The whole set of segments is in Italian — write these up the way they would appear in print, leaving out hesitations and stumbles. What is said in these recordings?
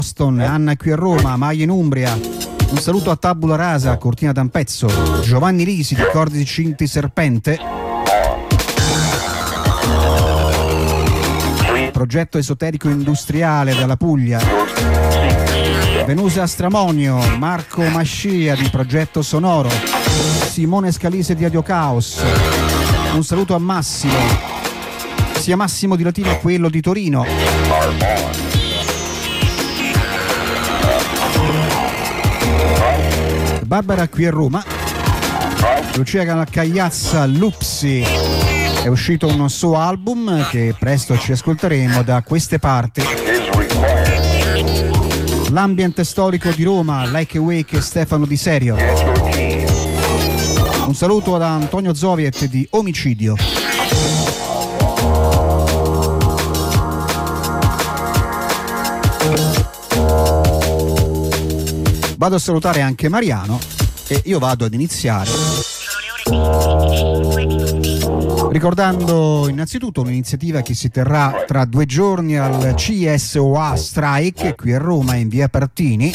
Boston, Anna qui a Roma, Maia in Umbria. Un saluto a Tabula Rasa, Cortina d'Ampezzo, Giovanni Risi di Cordi Cinti Serpente. Progetto esoterico industriale dalla Puglia. Venusa Stramonio, Marco Mascia di Progetto Sonoro, Simone Scalise di Radio Caos. Un saluto a Massimo, sia Massimo di Latino quello di Torino. Barbara qui a Roma, Lucia Cagliazza Lupsi. È uscito un suo album che presto ci ascolteremo da queste parti. L'ambient storico di Roma, Like a Wake e Stefano Di Serio. Un saluto ad Antonio Zoviet di Omicidio. Vado a salutare anche Mariano e io vado ad iniziare ricordando innanzitutto un'iniziativa che si terrà tra 2 giorni al CSOA Strike qui a Roma in via Partini.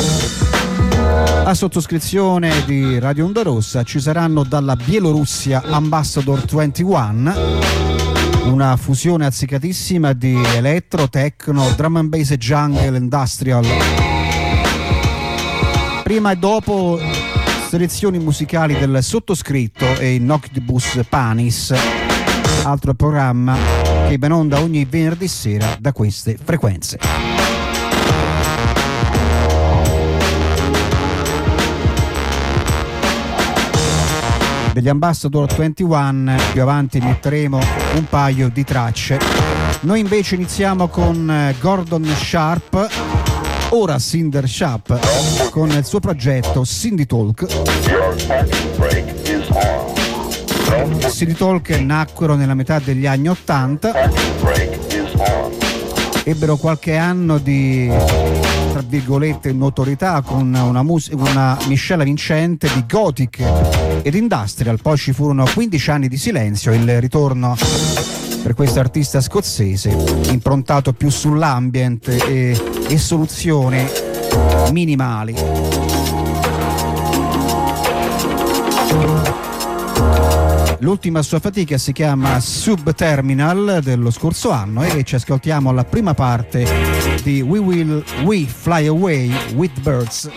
A sottoscrizione di Radio Onda Rossa ci saranno dalla Bielorussia Ambassador 21, una fusione azzecatissima di electro, techno, drum and bass e jungle industrial. Prima e dopo selezioni musicali del sottoscritto e il Noctibus Panis, altro programma che va in onda ogni venerdì sera da queste frequenze. Degli Ambassador 21 più avanti metteremo un paio di tracce. Noi invece iniziamo con Gordon Sharp, ora Cinder Sharp, con il suo progetto Cindy Talk. Cindy Talk nacquero nella metà degli anni 80, ebbero qualche anno di, tra virgolette, notorietà con una miscela vincente di gothic ed industrial. Poi ci furono 15 anni di silenzio, il ritorno per questo artista scozzese improntato più sull'ambient e soluzioni minimali. L'ultima sua fatica si chiama Subterminal dello scorso anno e ci ascoltiamo la prima parte di We Fly Away with Birds.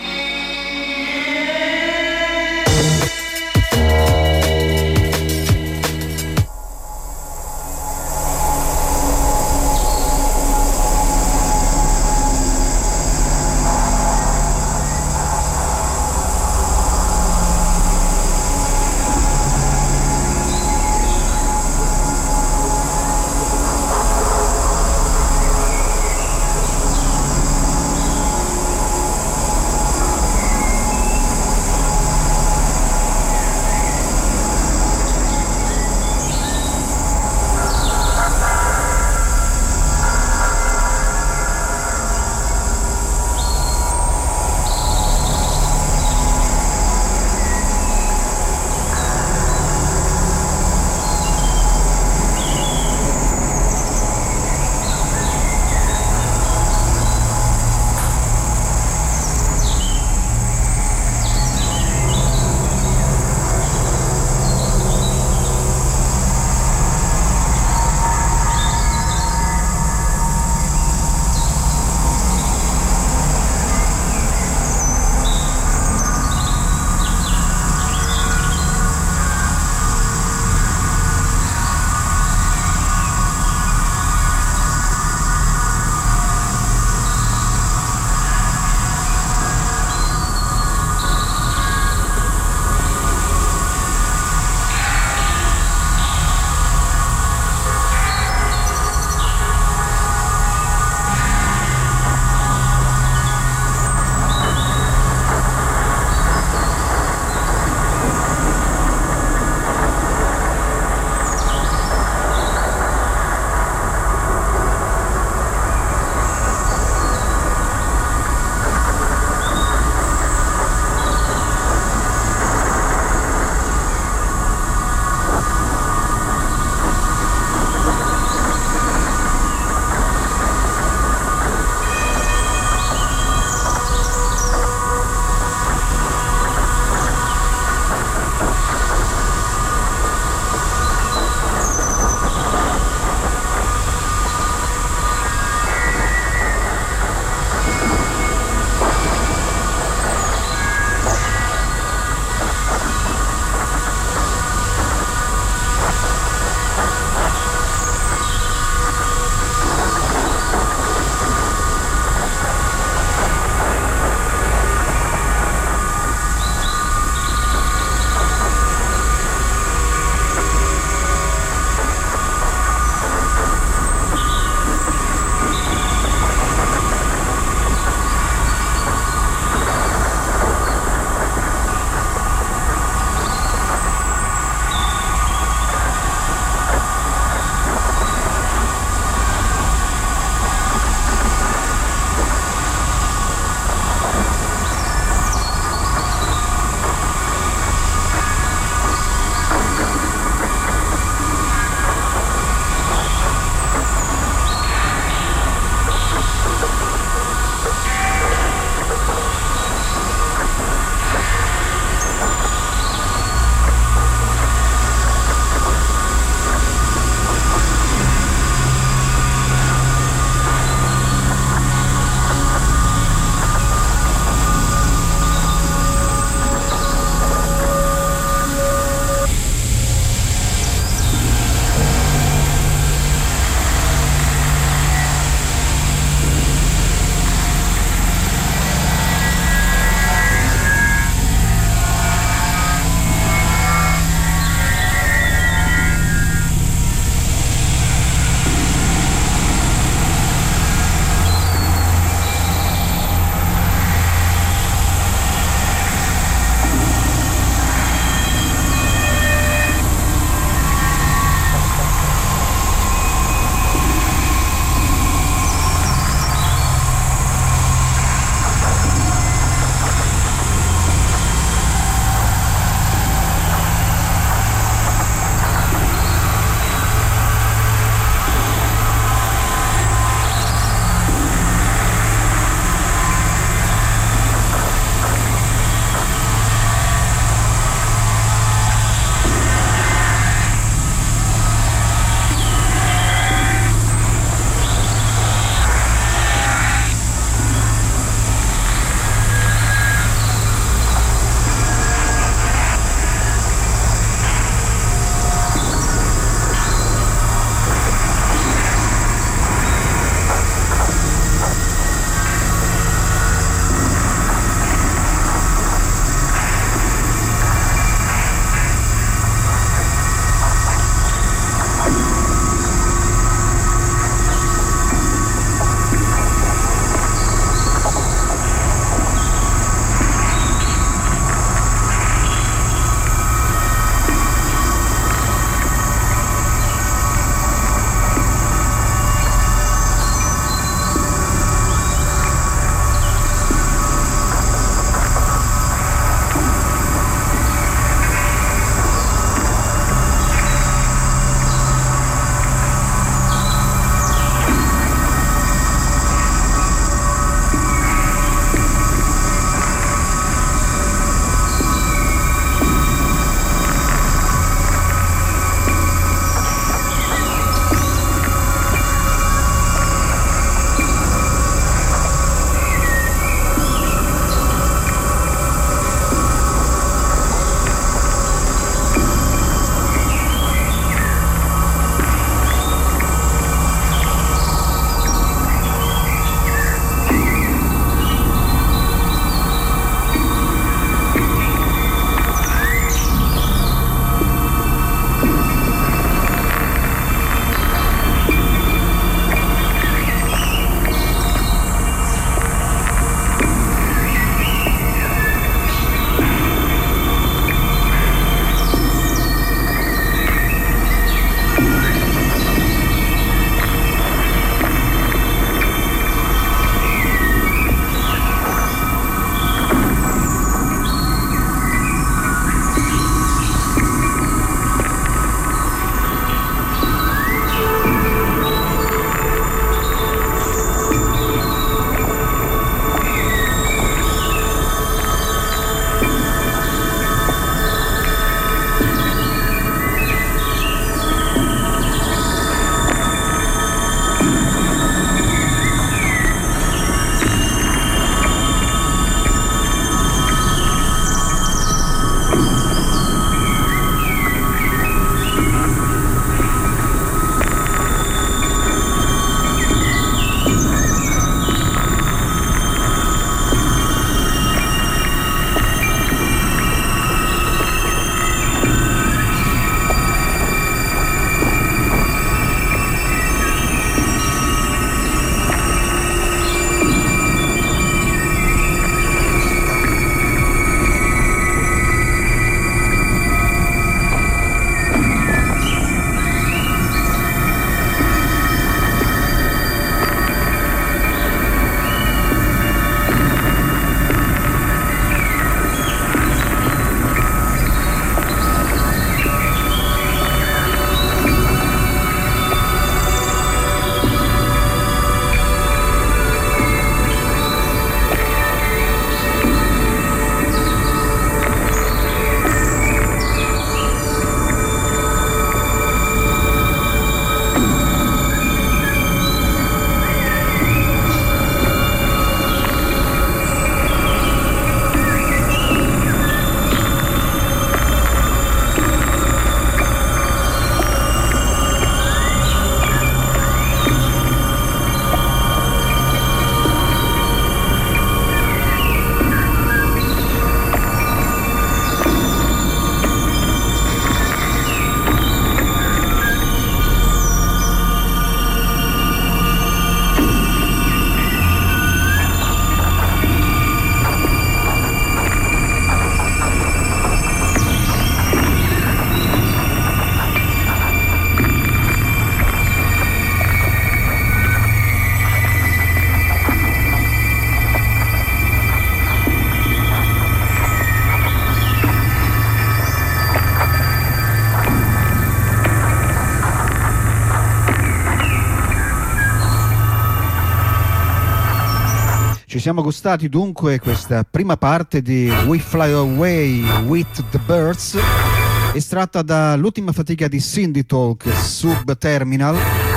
Ci siamo gustati dunque questa prima parte di We Fly Away with the Birds, estratta dall'ultima fatica di Cindy Talk, Subterminal.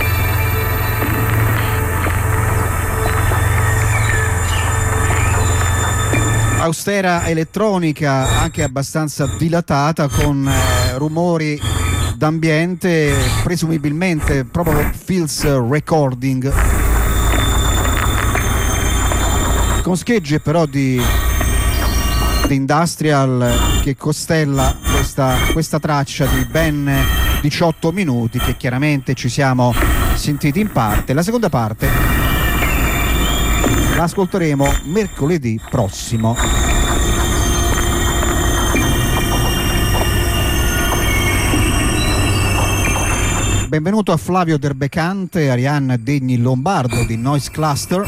Austera elettronica, anche abbastanza dilatata, con rumori d'ambiente, presumibilmente proprio Fields Recording, con schegge però di industrial che costella questa traccia di ben 18 minuti che chiaramente ci siamo sentiti in parte. La seconda parte la ascolteremo mercoledì prossimo. Benvenuto a Flavio Derbecante, Arianna Degni Lombardo di Noise Cluster.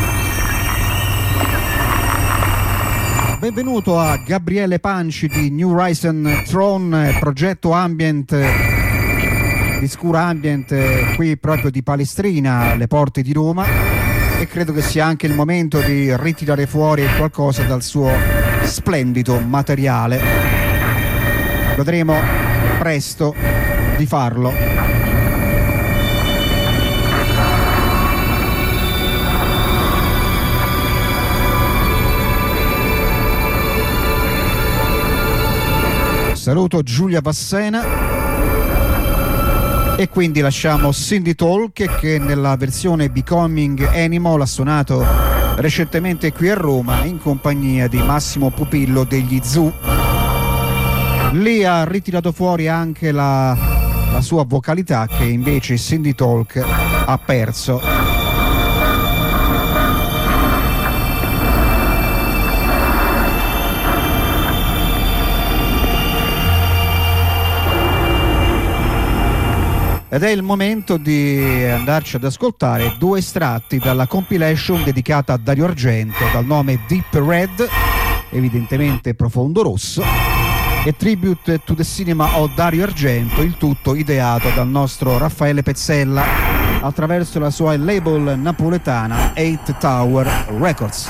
Benvenuto a Gabriele Panci di New Horizon Throne, progetto ambient di Scura Ambient qui proprio di Palestrina, alle porte di Roma, e credo che sia anche il momento di ritirare fuori qualcosa dal suo splendido materiale. Vedremo presto di farlo. Saluto Giulia Vassena e quindi lasciamo Cindy Talk, che nella versione Becoming Animal ha suonato recentemente qui a Roma in compagnia di Massimo Pupillo degli Zoo. Lì ha ritirato fuori anche la sua vocalità, che invece Cindy Talk ha perso. Ed è il momento di andarci ad ascoltare due estratti dalla compilation dedicata a Dario Argento dal nome Deep Red, evidentemente profondo rosso, e Tribute to the Cinema of Dario Argento, il tutto ideato dal nostro Raffaele Pezzella attraverso la sua label napoletana 8 Tower Records.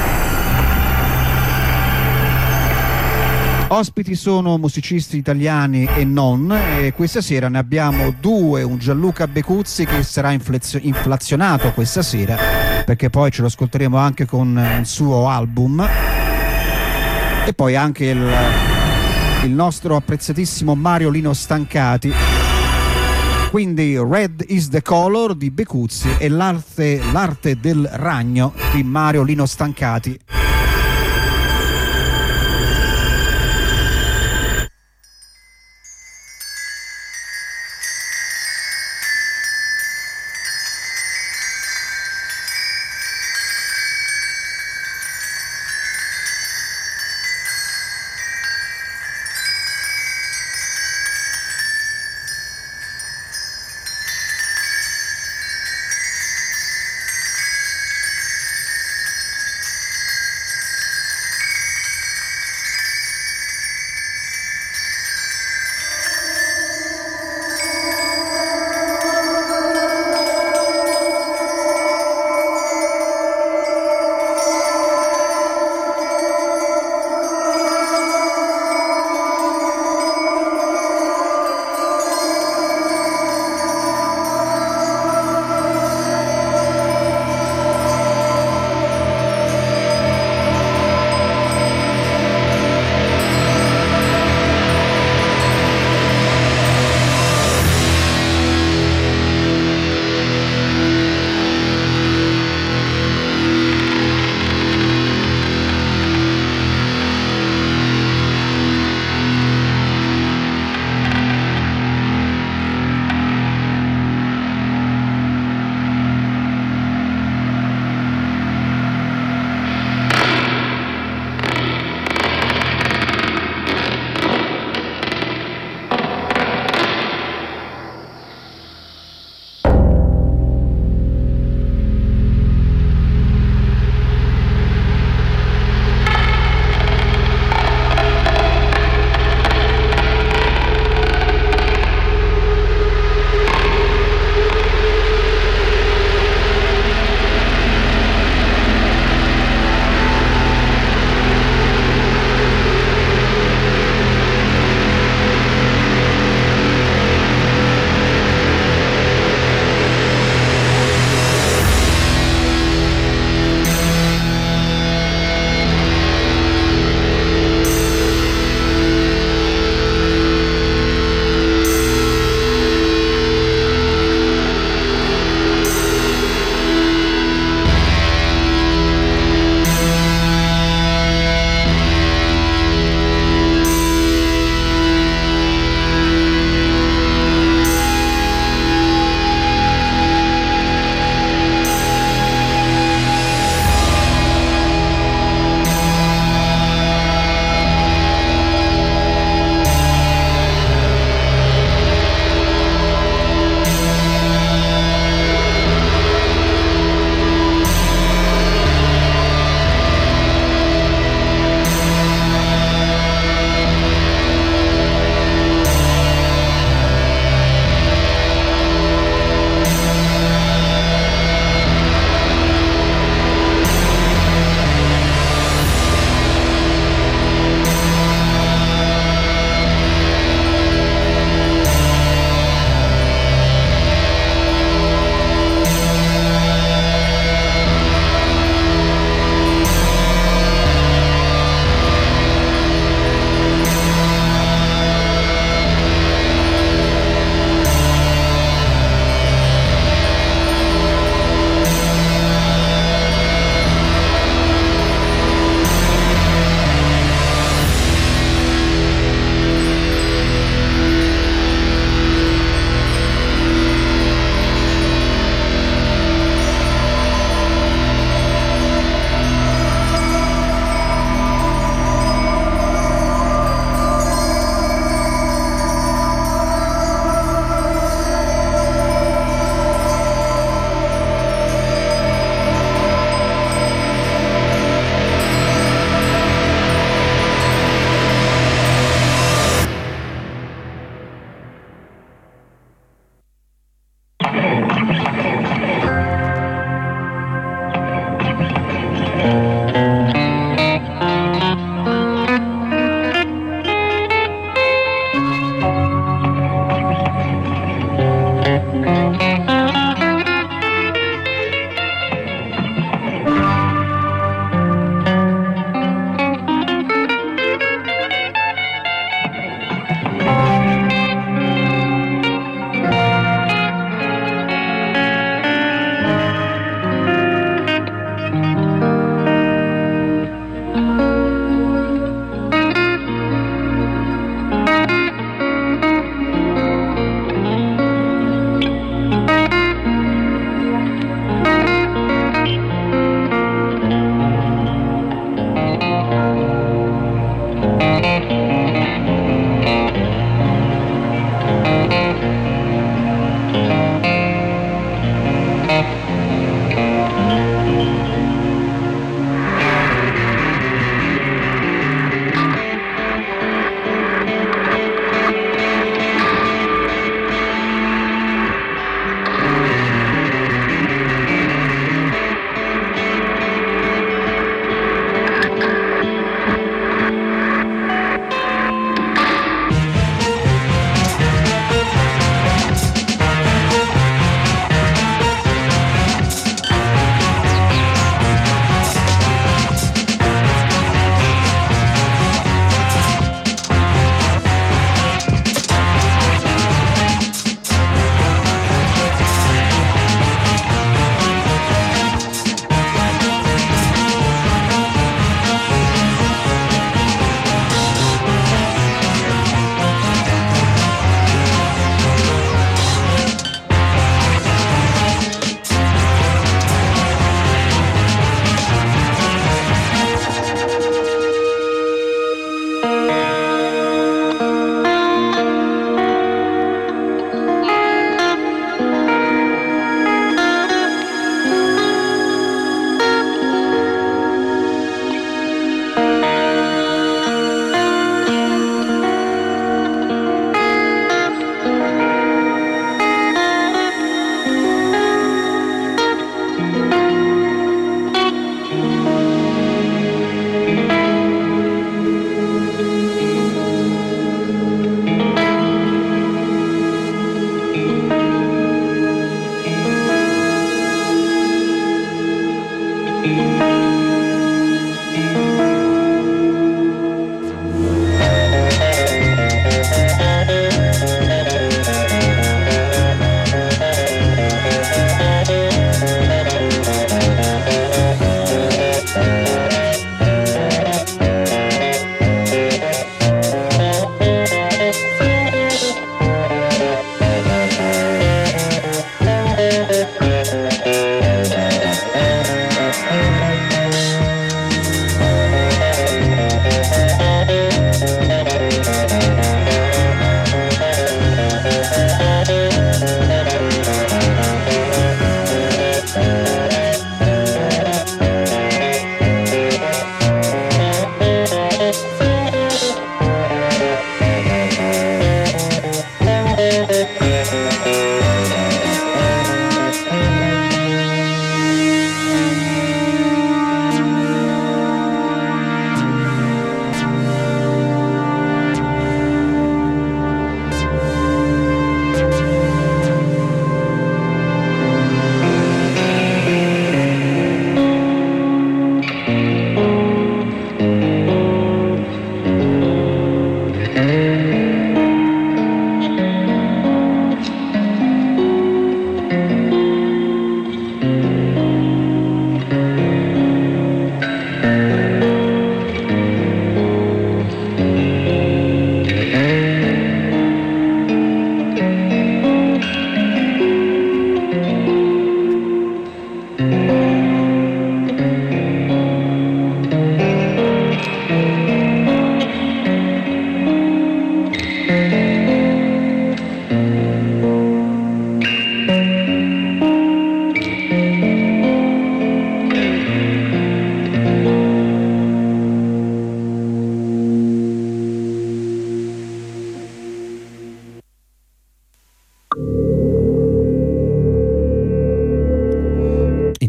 Ospiti sono musicisti italiani e non, e questa sera ne abbiamo due: un Gianluca Becuzzi che sarà inflazionato questa sera, perché poi ce lo ascolteremo anche con un suo album, e poi anche il nostro apprezzatissimo Mario Lino Stancati. Quindi Red is the Color di Becuzzi e l'arte del ragno di Mario Lino Stancati.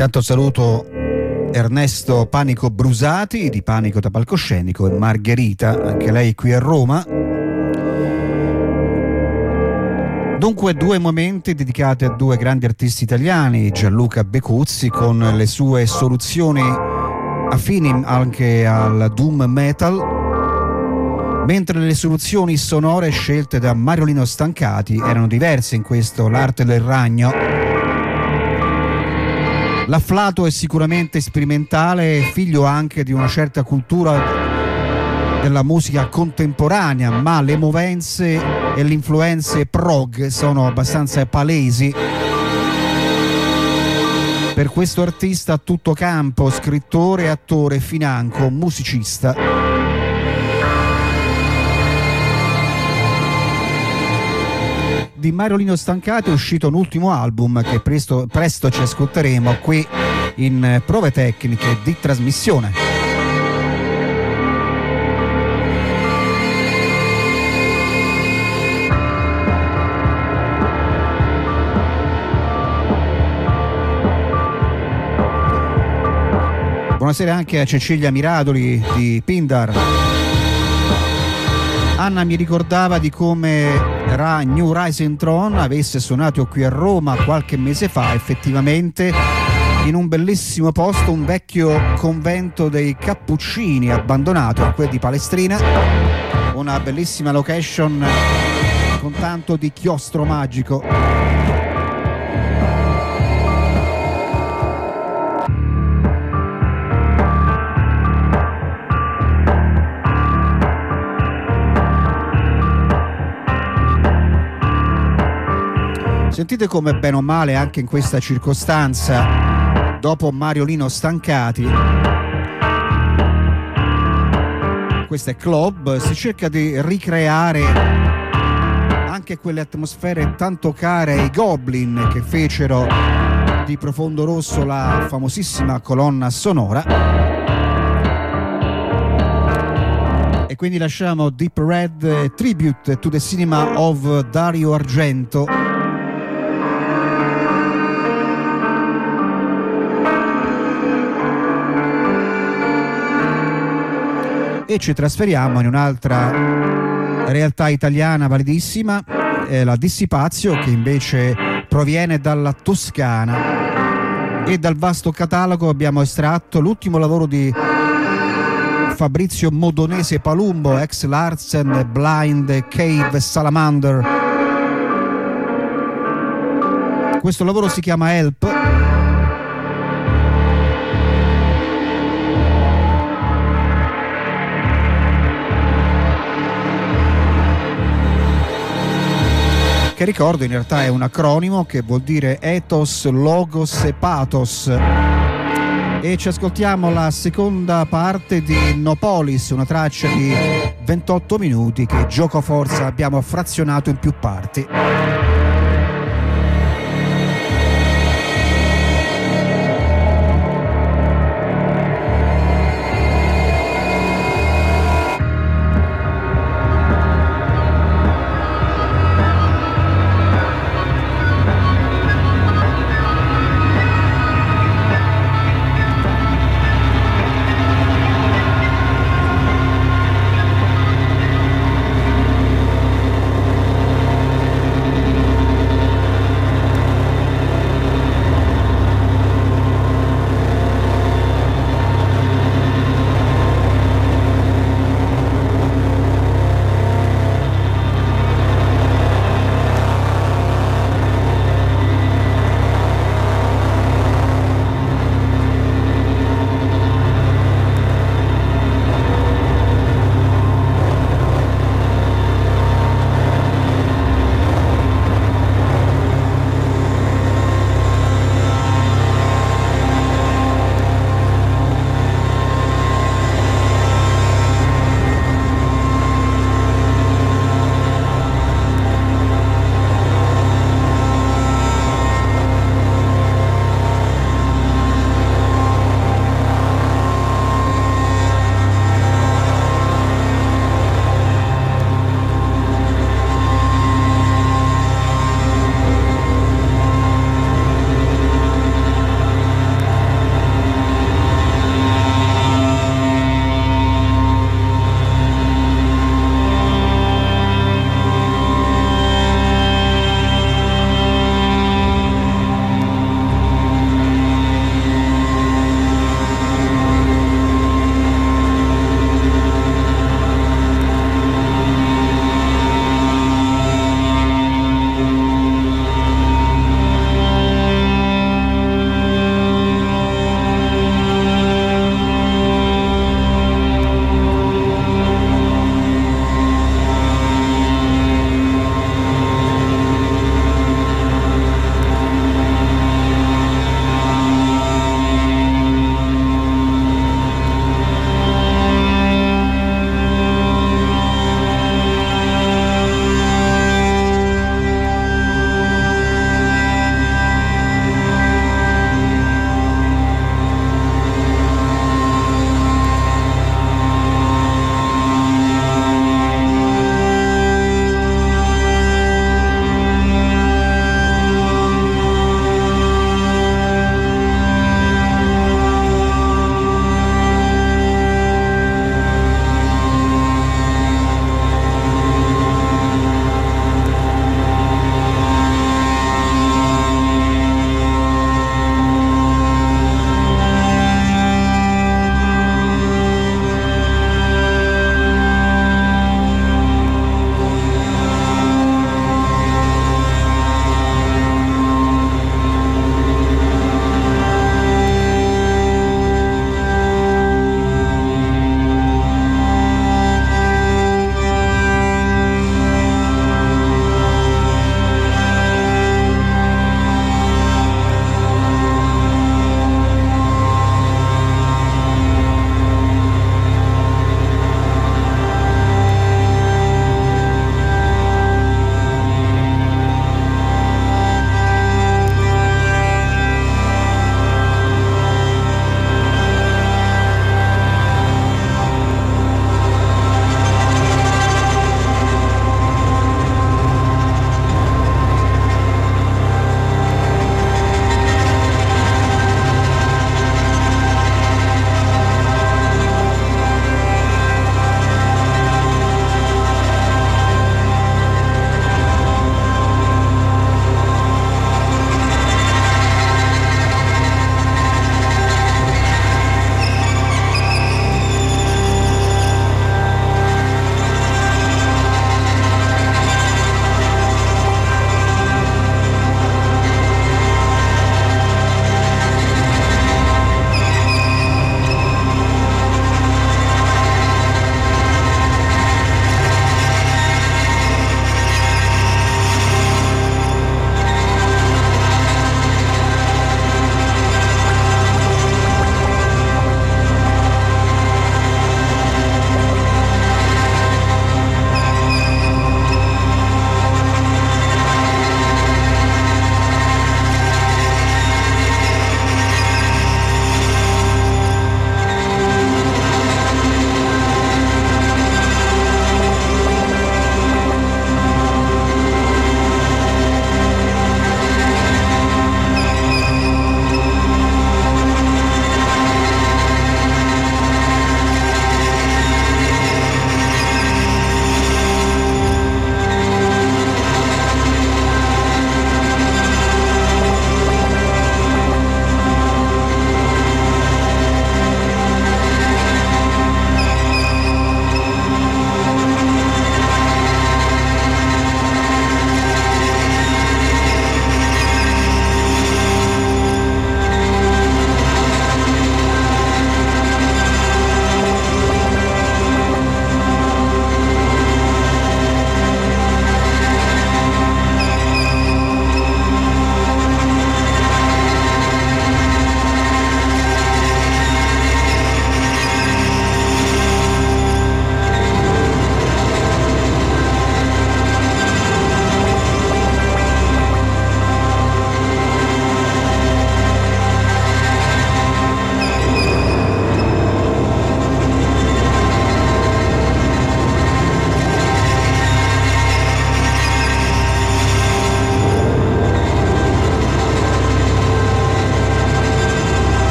Intanto saluto Ernesto Panico Brusati di Panico da Palcoscenico e Margherita, anche lei qui a Roma. Dunque 2 momenti dedicati a 2 grandi artisti italiani, Gianluca Becuzzi con le sue soluzioni affini anche al doom metal, mentre le soluzioni sonore scelte da Mariolino Stancati erano diverse in questo L'arte del ragno. L'afflato è sicuramente sperimentale, figlio anche di una certa cultura della musica contemporanea, ma le movenze e le influenze prog sono abbastanza palesi per questo artista a tutto campo, scrittore, attore, financo, musicista. Di Mariolino Stancati è uscito un ultimo album che presto ci ascolteremo qui in Prove Tecniche di trasmissione. Buonasera anche a Cecilia Miradoli di Pindar. Anna mi ricordava di come New Rising Throne avesse suonato qui a Roma qualche mese fa, effettivamente in un bellissimo posto, un vecchio convento dei Cappuccini abbandonato, quello di Palestrina, una bellissima location con tanto di chiostro magico. Sentite come bene o male anche in questa circostanza, dopo Mariolino Stancati, questo è Club, si cerca di ricreare anche quelle atmosfere tanto care ai Goblin che fecero di Profondo Rosso la famosissima colonna sonora. E quindi lasciamo Deep Red Tribute to the Cinema of Dario Argento. E ci trasferiamo in un'altra realtà italiana validissima, la Dissipazio, che invece proviene dalla Toscana, e dal vasto catalogo abbiamo estratto l'ultimo lavoro di Fabrizio Modonese Palumbo, ex Larsen, Blind, Cave, Salamander. Questo lavoro si chiama Help. Che ricordo in realtà è un acronimo che vuol dire Ethos, Logos e Pathos. E ci ascoltiamo la seconda parte di Nopolis, una traccia di 28 minuti che gioco forza abbiamo frazionato in più parti.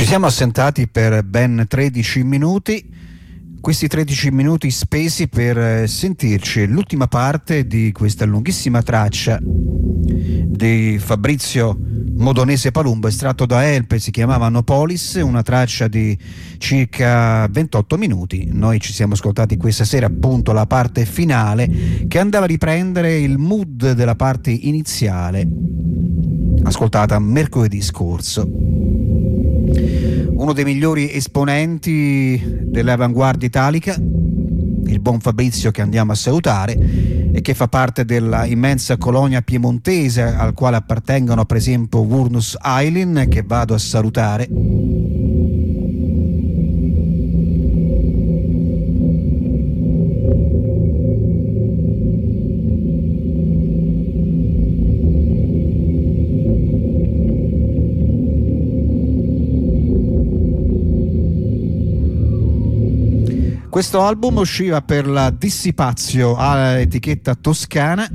Ci siamo assentati per ben 13 minuti, questi 13 minuti spesi per sentirci l'ultima parte di questa lunghissima traccia di Fabrizio Modonese Palumbo, estratto da Help, si chiamava Nopolis, una traccia di circa 28 minuti. Noi ci siamo ascoltati questa sera appunto la parte finale, che andava a riprendere il mood della parte iniziale ascoltata mercoledì scorso. Uno dei migliori esponenti dell'avanguardia italica, il buon Fabrizio, che andiamo a salutare e che fa parte della immensa colonia piemontese al quale appartengono per esempio Wurnus Eileen, che vado a salutare. Questo album usciva per la Dissipazio, etichetta toscana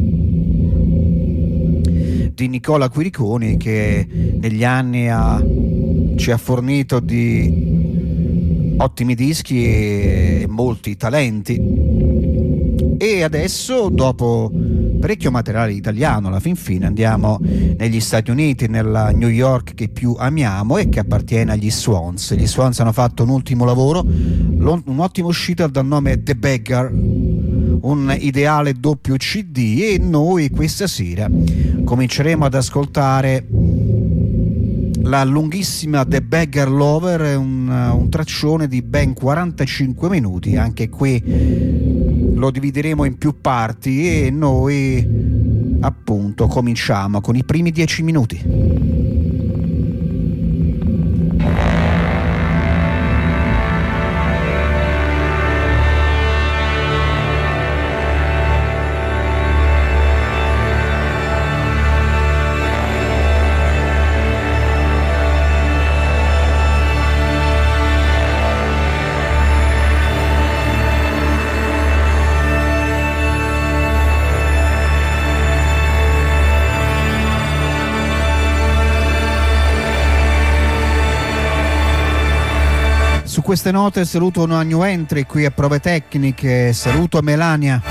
di Nicola Quiriconi, che negli anni ci ha fornito di ottimi dischi e molti talenti. E adesso, dopo parecchio materiale italiano, alla fin fine andiamo negli Stati Uniti, nella New York che più amiamo e che appartiene agli Swans. Gli Swans hanno fatto un ultimo lavoro, un'ottima uscita dal nome The Beggar, un ideale doppio CD, e noi questa sera cominceremo ad ascoltare la lunghissima The Beggar Lover, un traccione di ben 45 minuti, anche qui lo divideremo in più parti e noi appunto cominciamo con i primi 10 minuti. Su queste note saluto una new entry qui a Prove Tecniche, saluto Melania.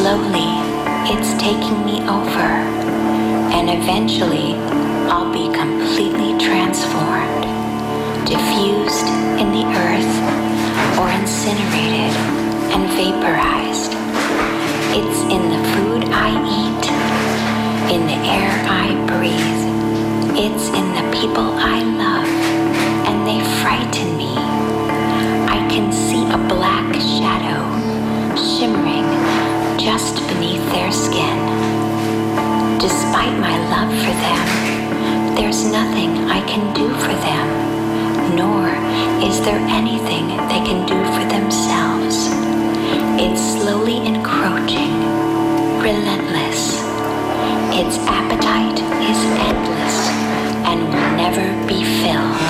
slowly, it's taking me over, and eventually, I'll be completely transformed, diffused in the earth, or incinerated and vaporized. It's in the food I eat, in the air I breathe. It's in the people I love, and they frighten me. I can see a black shadow shimmering just beneath their skin. Despite my love for them, there's nothing I can do for them, nor is there anything they can do for themselves. It's slowly encroaching, relentless. Its appetite is endless and will never be filled.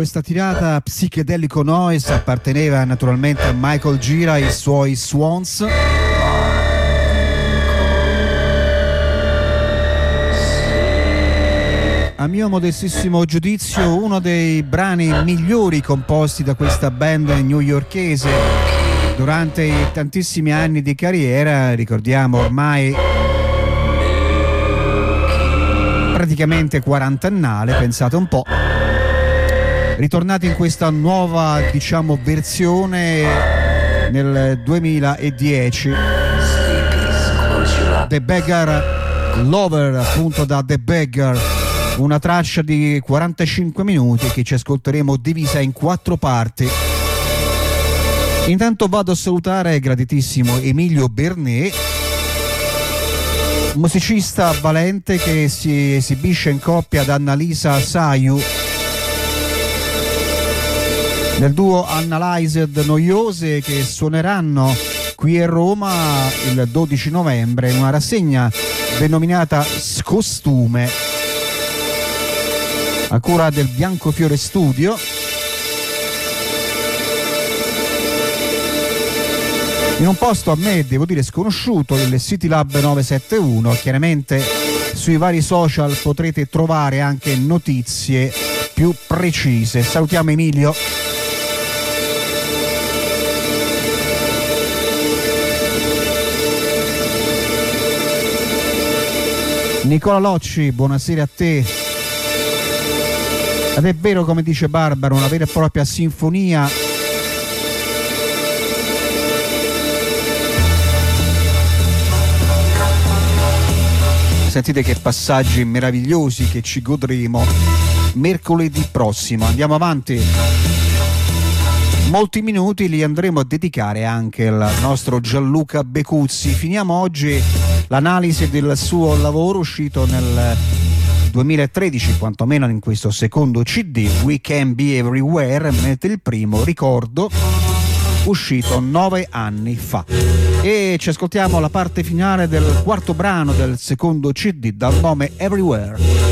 questa tirata psichedelico noise apparteneva naturalmente a Michael Gira e i suoi Swans. A mio modestissimo giudizio uno dei brani migliori composti da questa band newyorkese durante i tantissimi anni di carriera, ricordiamo ormai praticamente quarantennale, pensate un po', ritornati in questa nuova, diciamo, versione nel 2010. The Beggar Lover, appunto, da The Beggar, una traccia di 45 minuti che ci ascolteremo divisa in 4 parti. Intanto vado a salutare graditissimo Emilio Bernet, musicista valente che si esibisce in coppia ad Annalisa Saiu nel duo Analyzed Noiose, che suoneranno qui a Roma il 12 novembre in una rassegna denominata Scostume a cura del Biancofiore Studio. In un posto a me, devo dire, sconosciuto, il City Lab 971. Chiaramente sui vari social potrete trovare anche notizie più precise. Salutiamo Emilio. Nicola Locci, buonasera a te. Ed è vero, come dice Barbara, una vera e propria sinfonia. Sentite che passaggi meravigliosi che ci godremo mercoledì prossimo. Andiamo avanti. Molti minuti li andremo a dedicare anche al nostro Gianluca Becuzzi. Finiamo oggi l'analisi del suo lavoro uscito nel 2013, quantomeno in questo secondo CD, We Can Be Everywhere, mentre il primo, ricordo, uscito 9 anni fa. E ci ascoltiamo la parte finale del quarto brano del secondo CD dal nome Everywhere.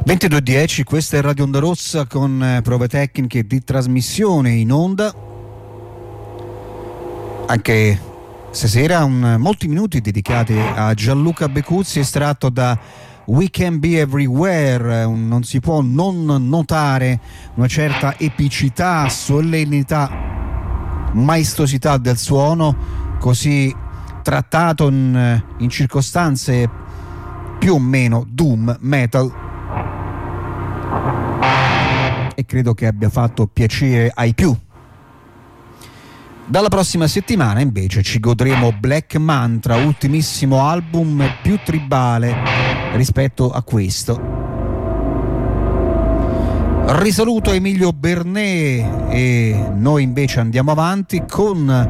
22:10, questa è Radio Onda Rossa con prove tecniche di trasmissione in onda. Anche stasera molti minuti dedicati a Gianluca Becuzzi, estratto da We Can Be Everywhere. Non si può non notare una certa epicità, solennità, maestosità del suono, così trattato in circostanze più o meno doom metal, e credo che abbia fatto piacere ai più. Dalla prossima settimana invece ci godremo Black Mantra, ultimissimo album più tribale rispetto a questo. Risaluto Emilio Bernet e noi invece andiamo avanti con...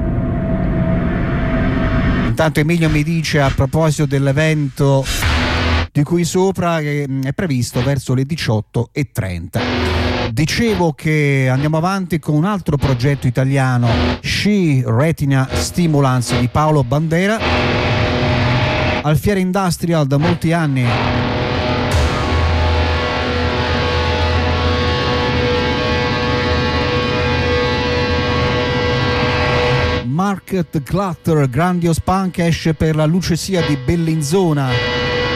Intanto Emilio mi dice, a proposito dell'evento di cui sopra, che è previsto verso le 18:30. Dicevo che andiamo avanti con un altro progetto italiano, She Retina Stimulants di Paolo Bandera, al Fiera Industrial da molti anni. Market Clutter, Grandios Punk esce per la Lucesia di Bellinzona.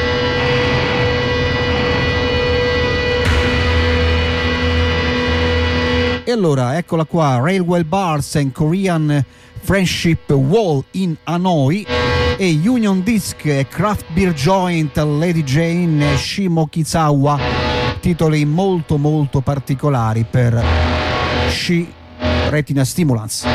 E allora eccola qua, Railway Bars and Korean Friendship Wall in Hanoi, e Union Disc e Craft Beer Joint, Lady Jane e Shimokizawa, titoli molto molto particolari per She Retina Stimulants.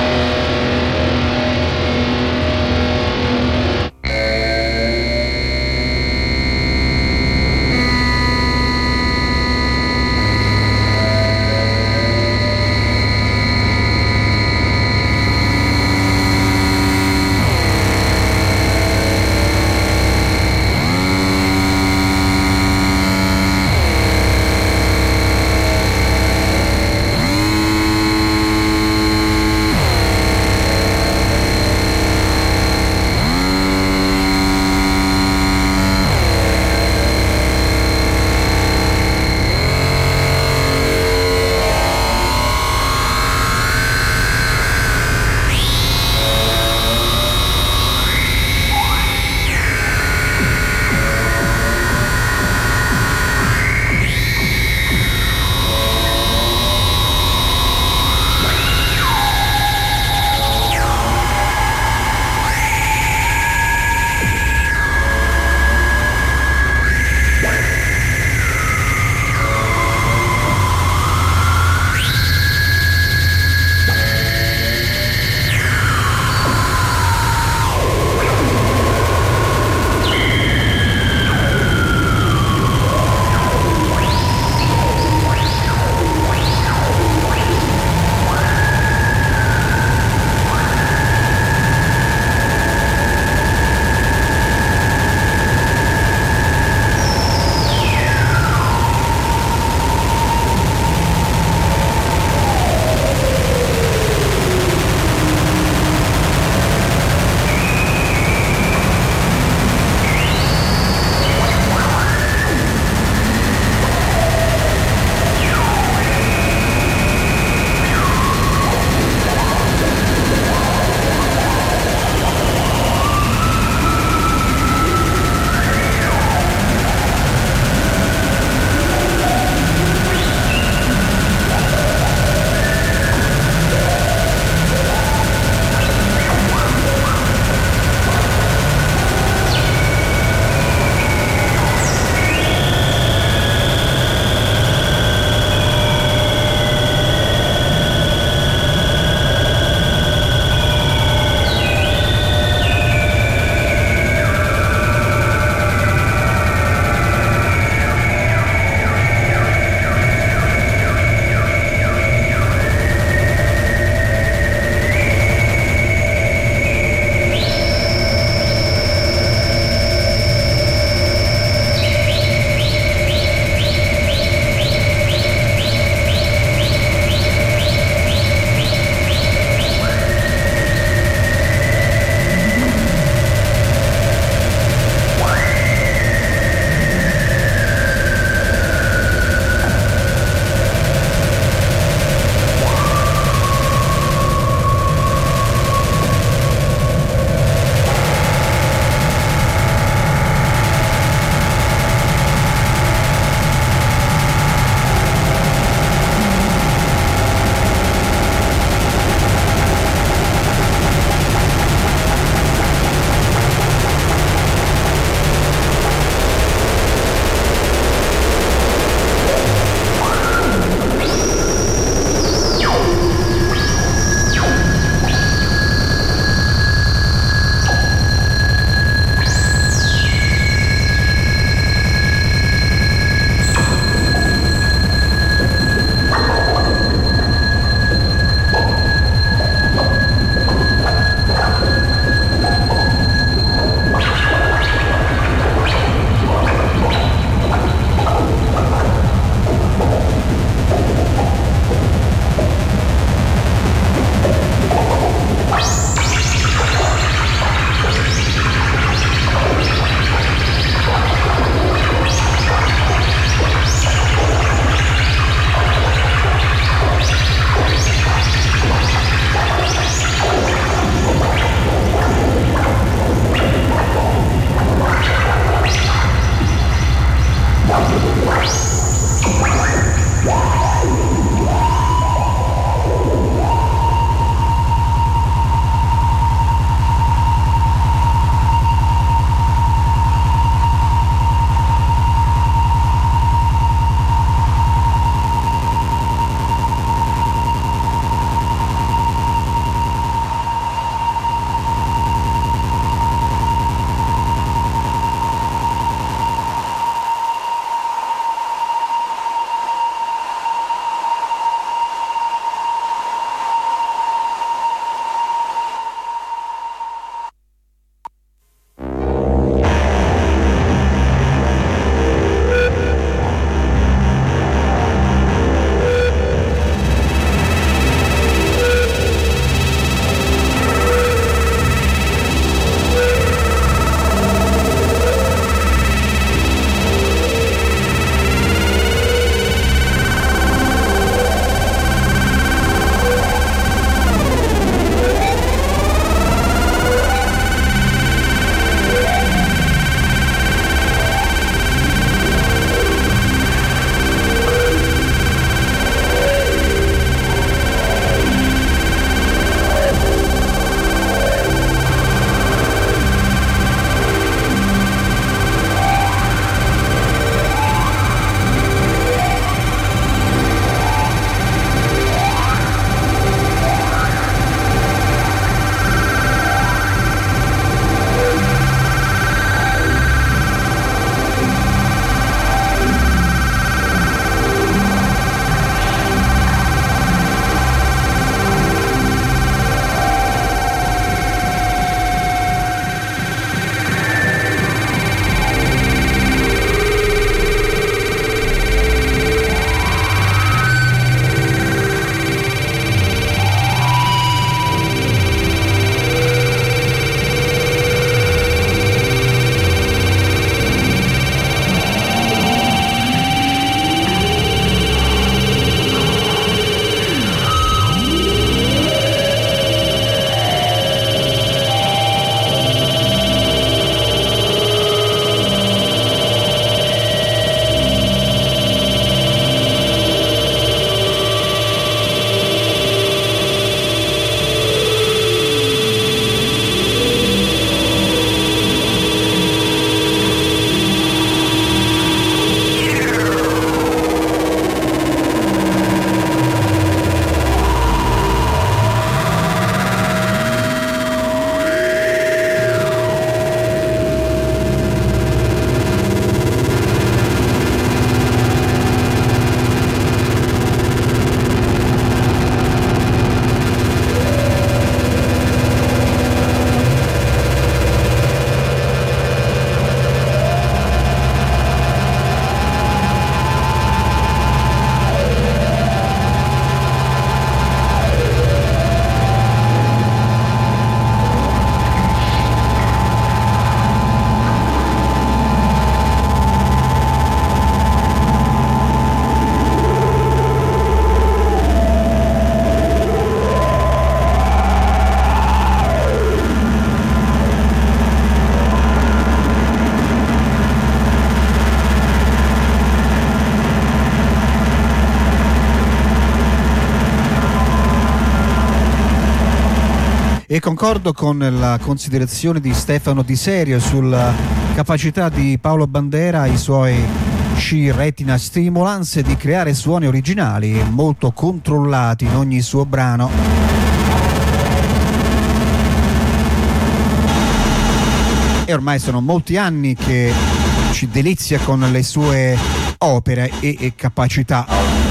E concordo con la considerazione di Stefano Di Serio sulla capacità di Paolo Bandera e i suoi Sci Retina Stimulans di creare suoni originali e molto controllati in ogni suo brano. E ormai sono molti anni che ci delizia con le sue opere e capacità.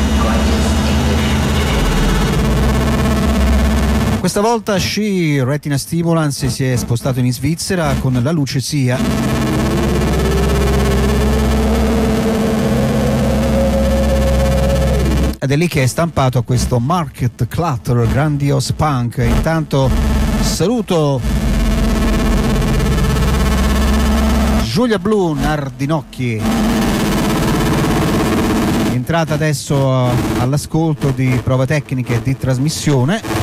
Questa volta Sci Retina Stimulans si è spostato in Svizzera con la Luce Sia. Ed è lì che è stampato questo Market Clutter Grandiose Punk. Intanto saluto Giulia Blu Nardinocchi, entrata adesso all'ascolto di prove tecniche e di trasmissione.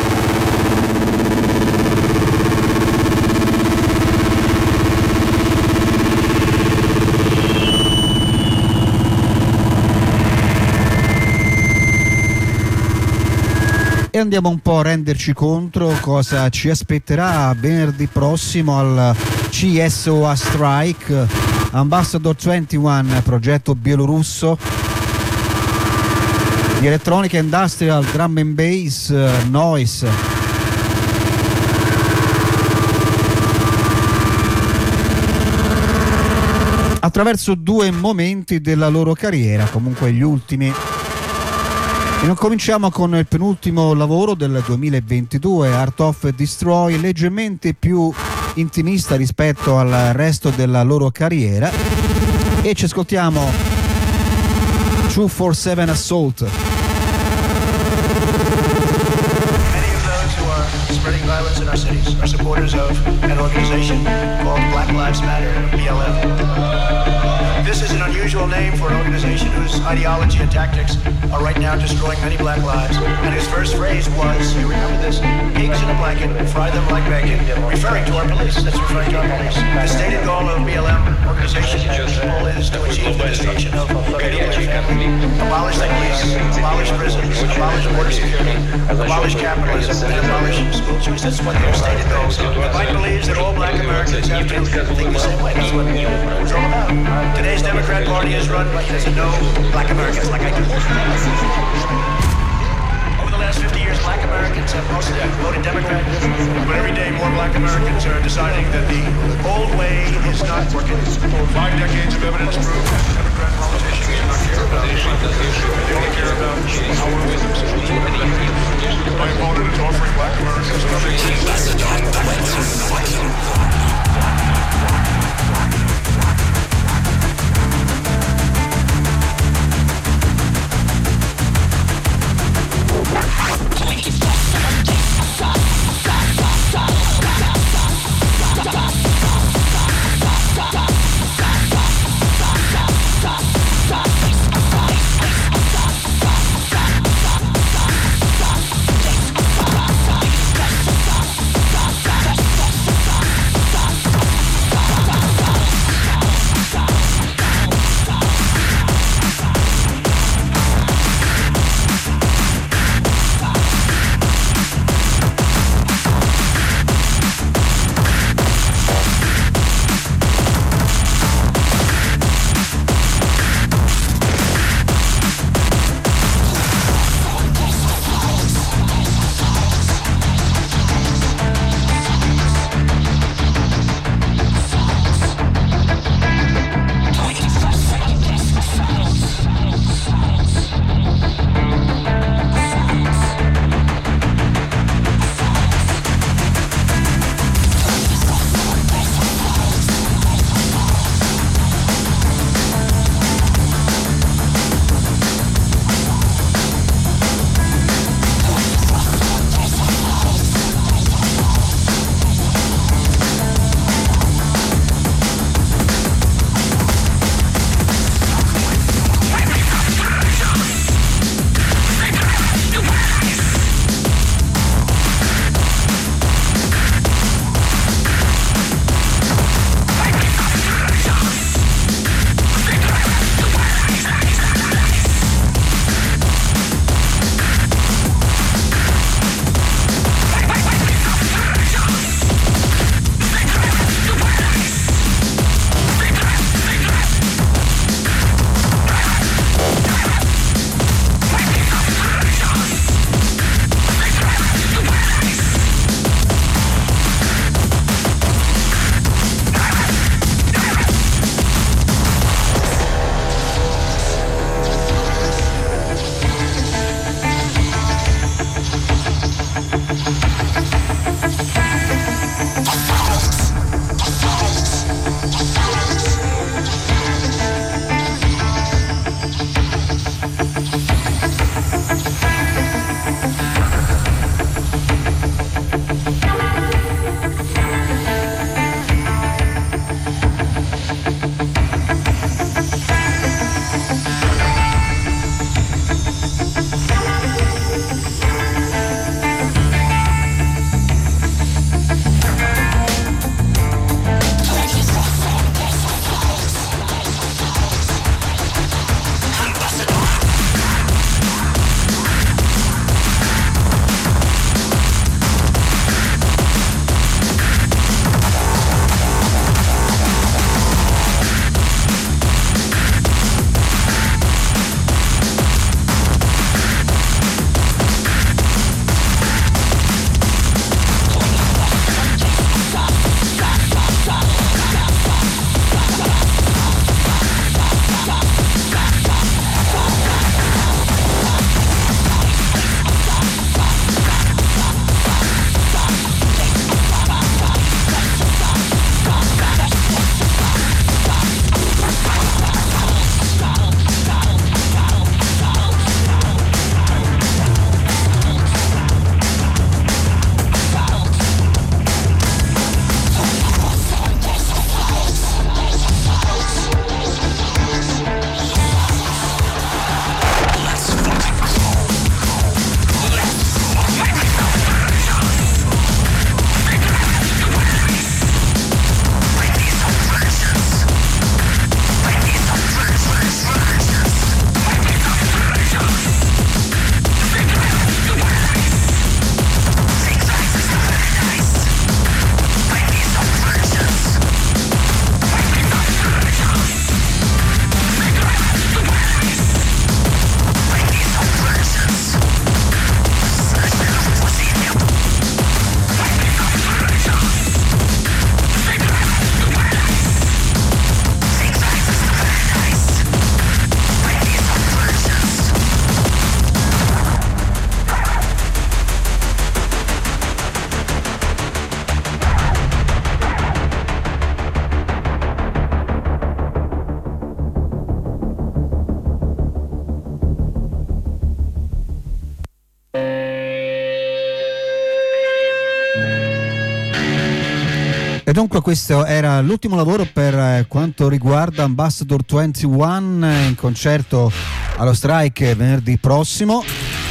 E andiamo un po' a renderci conto cosa ci aspetterà venerdì prossimo al CSOA Strike, Ambassador 21, progetto bielorusso di elettronica industrial, drum and bass, noise. Attraverso 2 momenti della loro carriera, comunque gli ultimi. E non cominciamo con il penultimo lavoro del 2022, Art of Destroy, leggermente più intimista rispetto al resto della loro carriera, e ci ascoltiamo 247 Assault. Spreading violence in our cities are supporters of an organization called Black Lives Matter, BLM. This is an unusual name for an organization whose ideology and tactics are right now destroying many black lives. And his first phrase was, you remember this, pigs in a blanket, fry them like bacon, referring to our police. That's referring to our police. The stated goal of BLM organization and people is to achieve the destruction of the nuclear family, abolish the police, abolish prisons, abolish border security, abolish capitalism, and abolish school choice. That's what their stated goals are. The fight believes that all black Americans have to think the same way. That's what it's all about. Today's Democrat Party is run by, as you know, black Americans like I do. Over the last 50 years, black Americans have mostly voted Democrat, but every day more black Americans are deciding that the old way is not working. 5 decades of evidence prove that Democrat politicians do not care about the people. They only care about power with themselves. My opponent is offering black Americans nothing. dunque questo era l'ultimo lavoro per quanto riguarda Ambassador 21, in concerto allo Strike venerdì prossimo,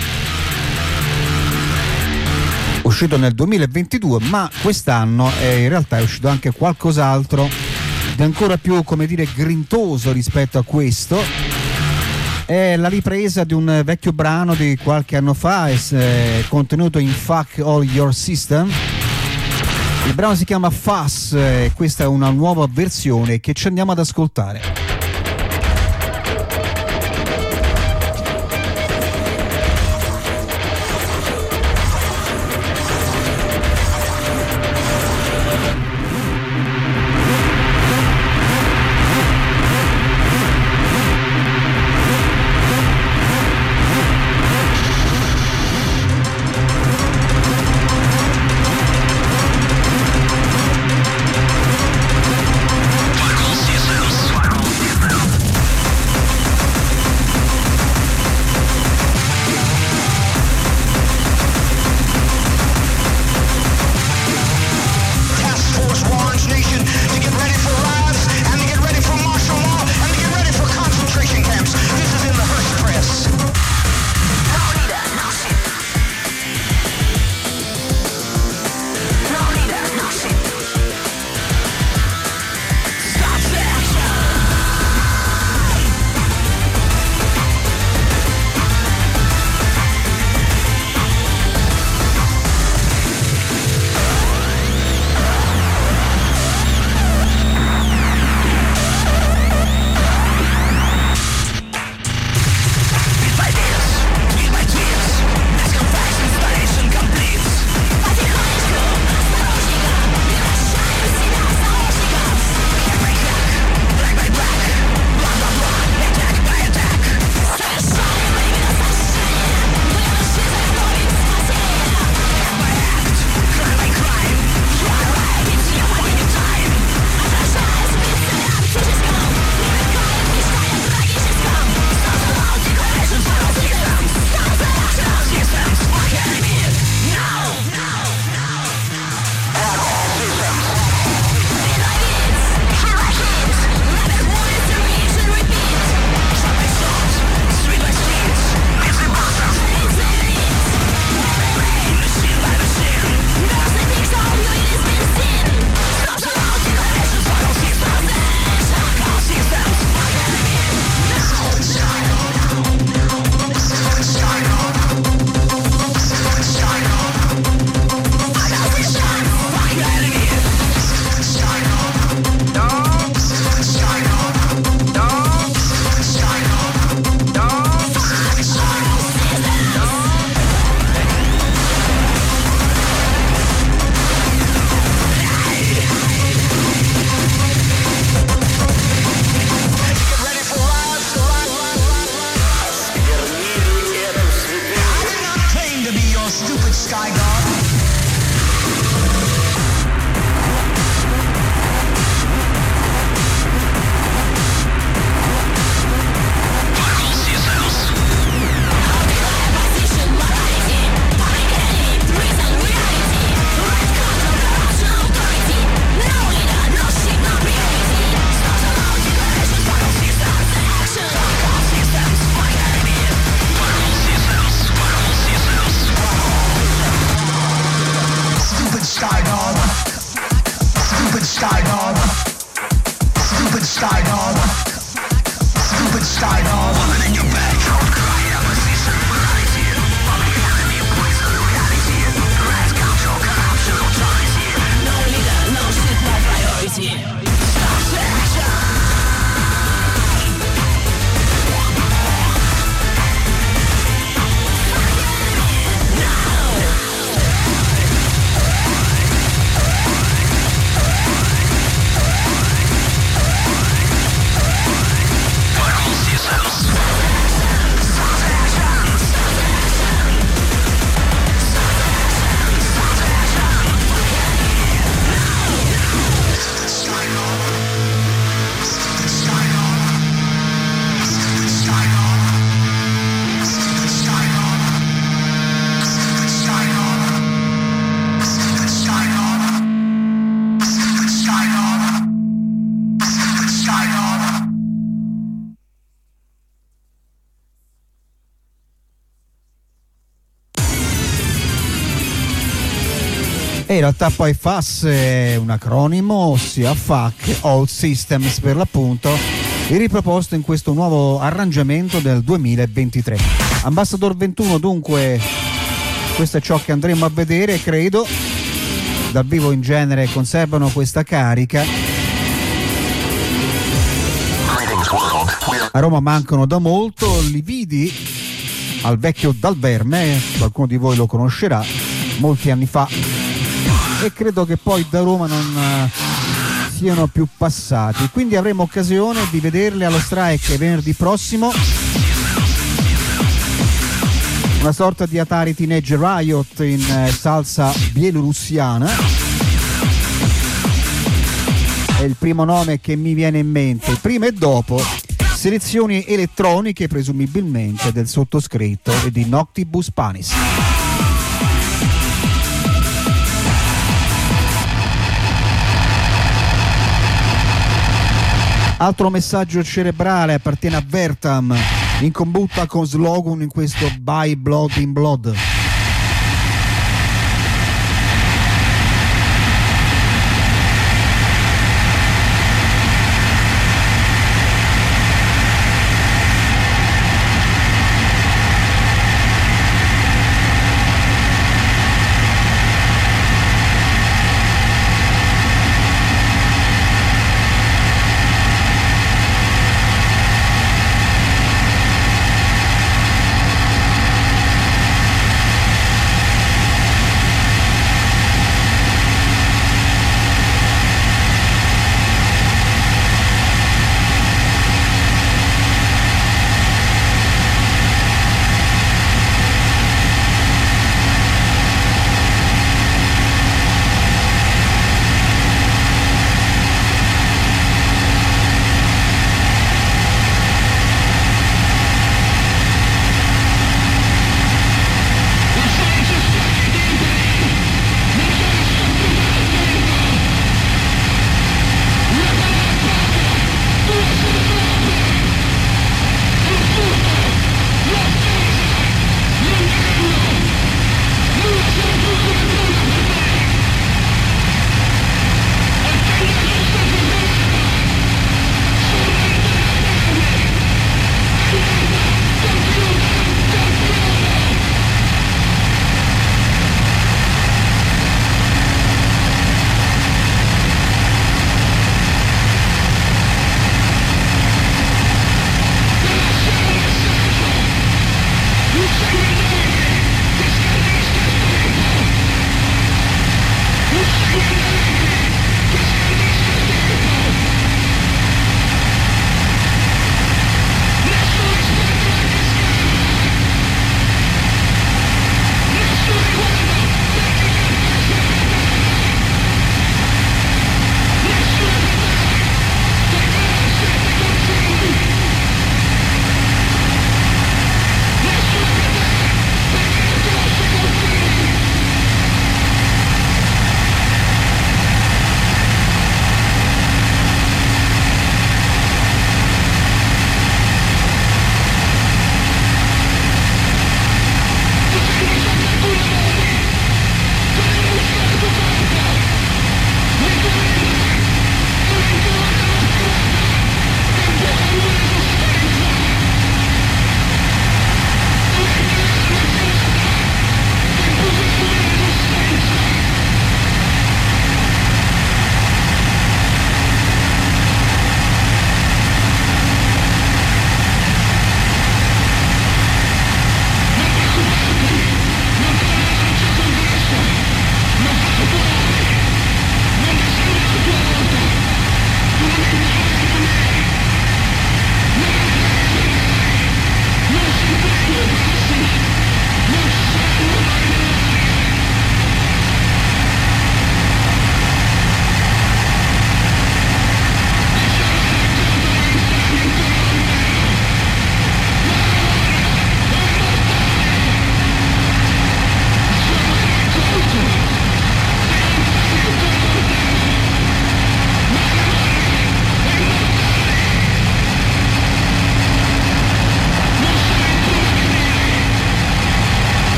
uscito nel 2022, ma quest'anno in realtà è uscito anche qualcos'altro di ancora più, come dire, grintoso rispetto a questo. È la ripresa di un vecchio brano di qualche anno fa, contenuto in Fuck All Your System. Il brano si chiama Fuss e questa è una nuova versione che ci andiamo ad ascoltare. E in realtà poi FAS è un acronimo, ossia FAC, All Systems per l'appunto, e riproposto in questo nuovo arrangiamento del 2023. Ambassador 21, dunque, questo è ciò che andremo a vedere, credo. Dal vivo in genere conservano questa carica. A Roma mancano da molto, li vidi al vecchio Dal Verme, qualcuno di voi lo conoscerà, molti anni fa, e credo che poi da Roma non siano più passati, quindi avremo occasione di vederli allo Strike venerdì prossimo. Una sorta di Atari Teenage Riot in salsa bielorussiana è il primo nome che mi viene in mente, prima e dopo selezioni elettroniche presumibilmente del sottoscritto e di Noctibus Panis. Altro messaggio cerebrale appartiene a Vertam, in combutta con Slogun in questo By Blood in Blood.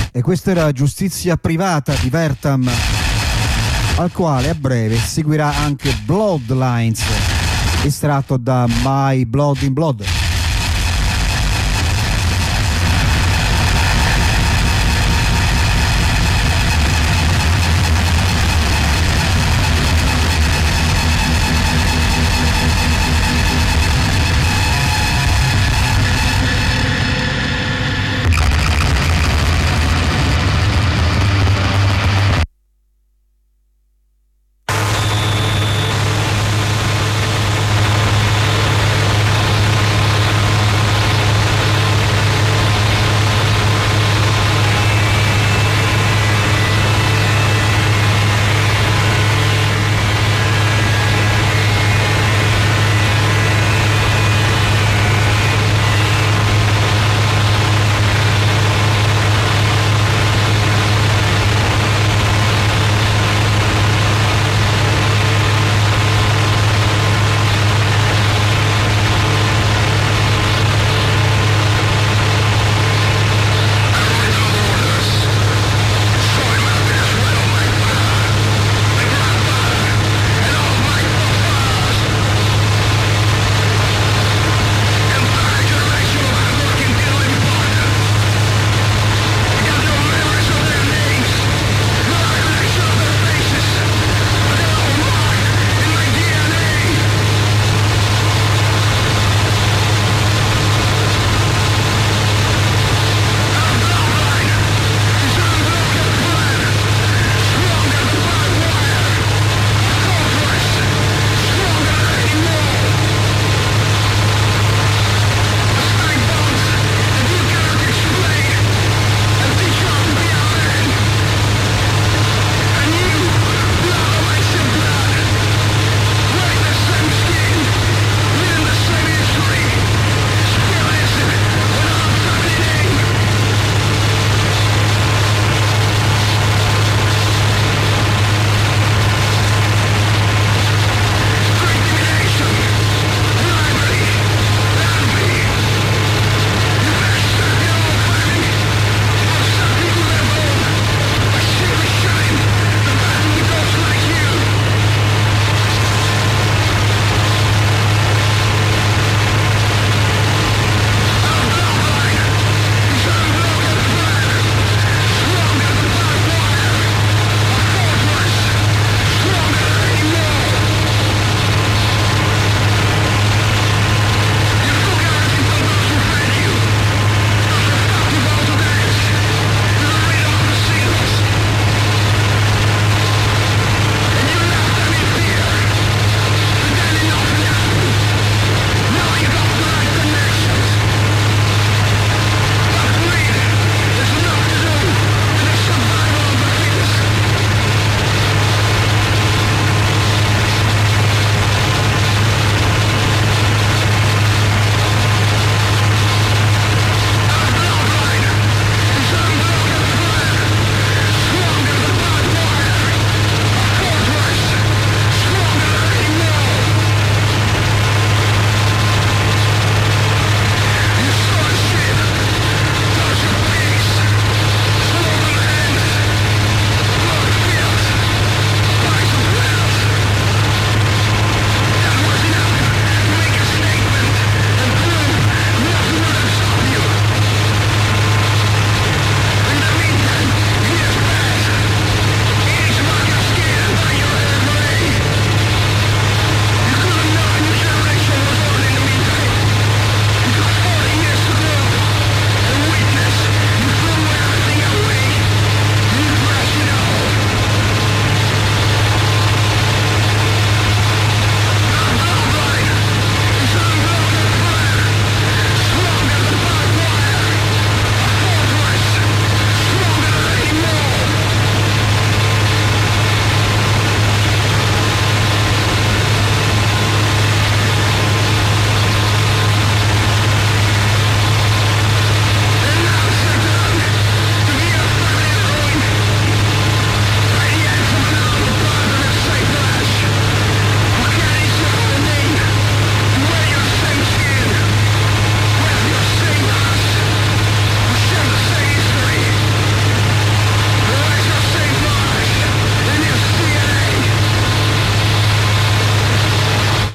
E questa era Giustizia privata di Vertam, al quale a breve seguirà anche Bloodlines, estratto da My Blood in Blood.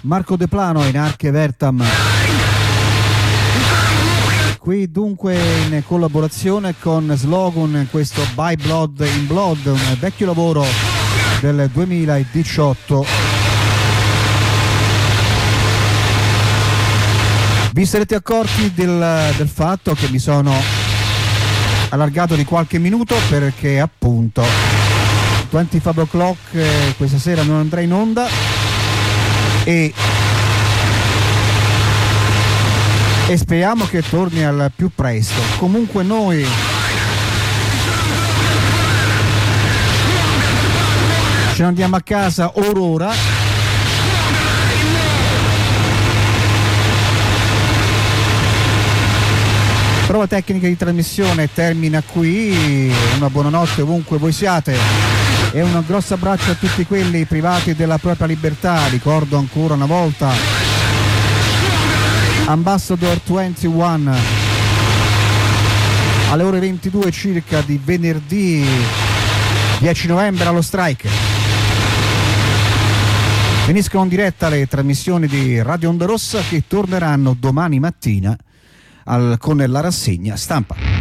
Marco De Plano in Arche Vertam. Qui dunque in collaborazione con Slogan questo By Blood in Blood, un vecchio lavoro del 2018. Vi sarete accorti del fatto che mi sono allargato di qualche minuto perché appunto 25 o'clock questa sera non andrà in onda e speriamo che torni al più presto. Comunque noi ce ne andiamo a casa ora. Prova tecnica di trasmissione termina qui. Una buonanotte ovunque voi siate e un grosso abbraccio a tutti quelli privati della propria libertà. Ricordo ancora una volta Ambassador 21 alle ore 22 circa di venerdì 10 novembre allo Strike. Finiscono in diretta le trasmissioni di Radio Onda Rossa che torneranno domani mattina con la rassegna stampa.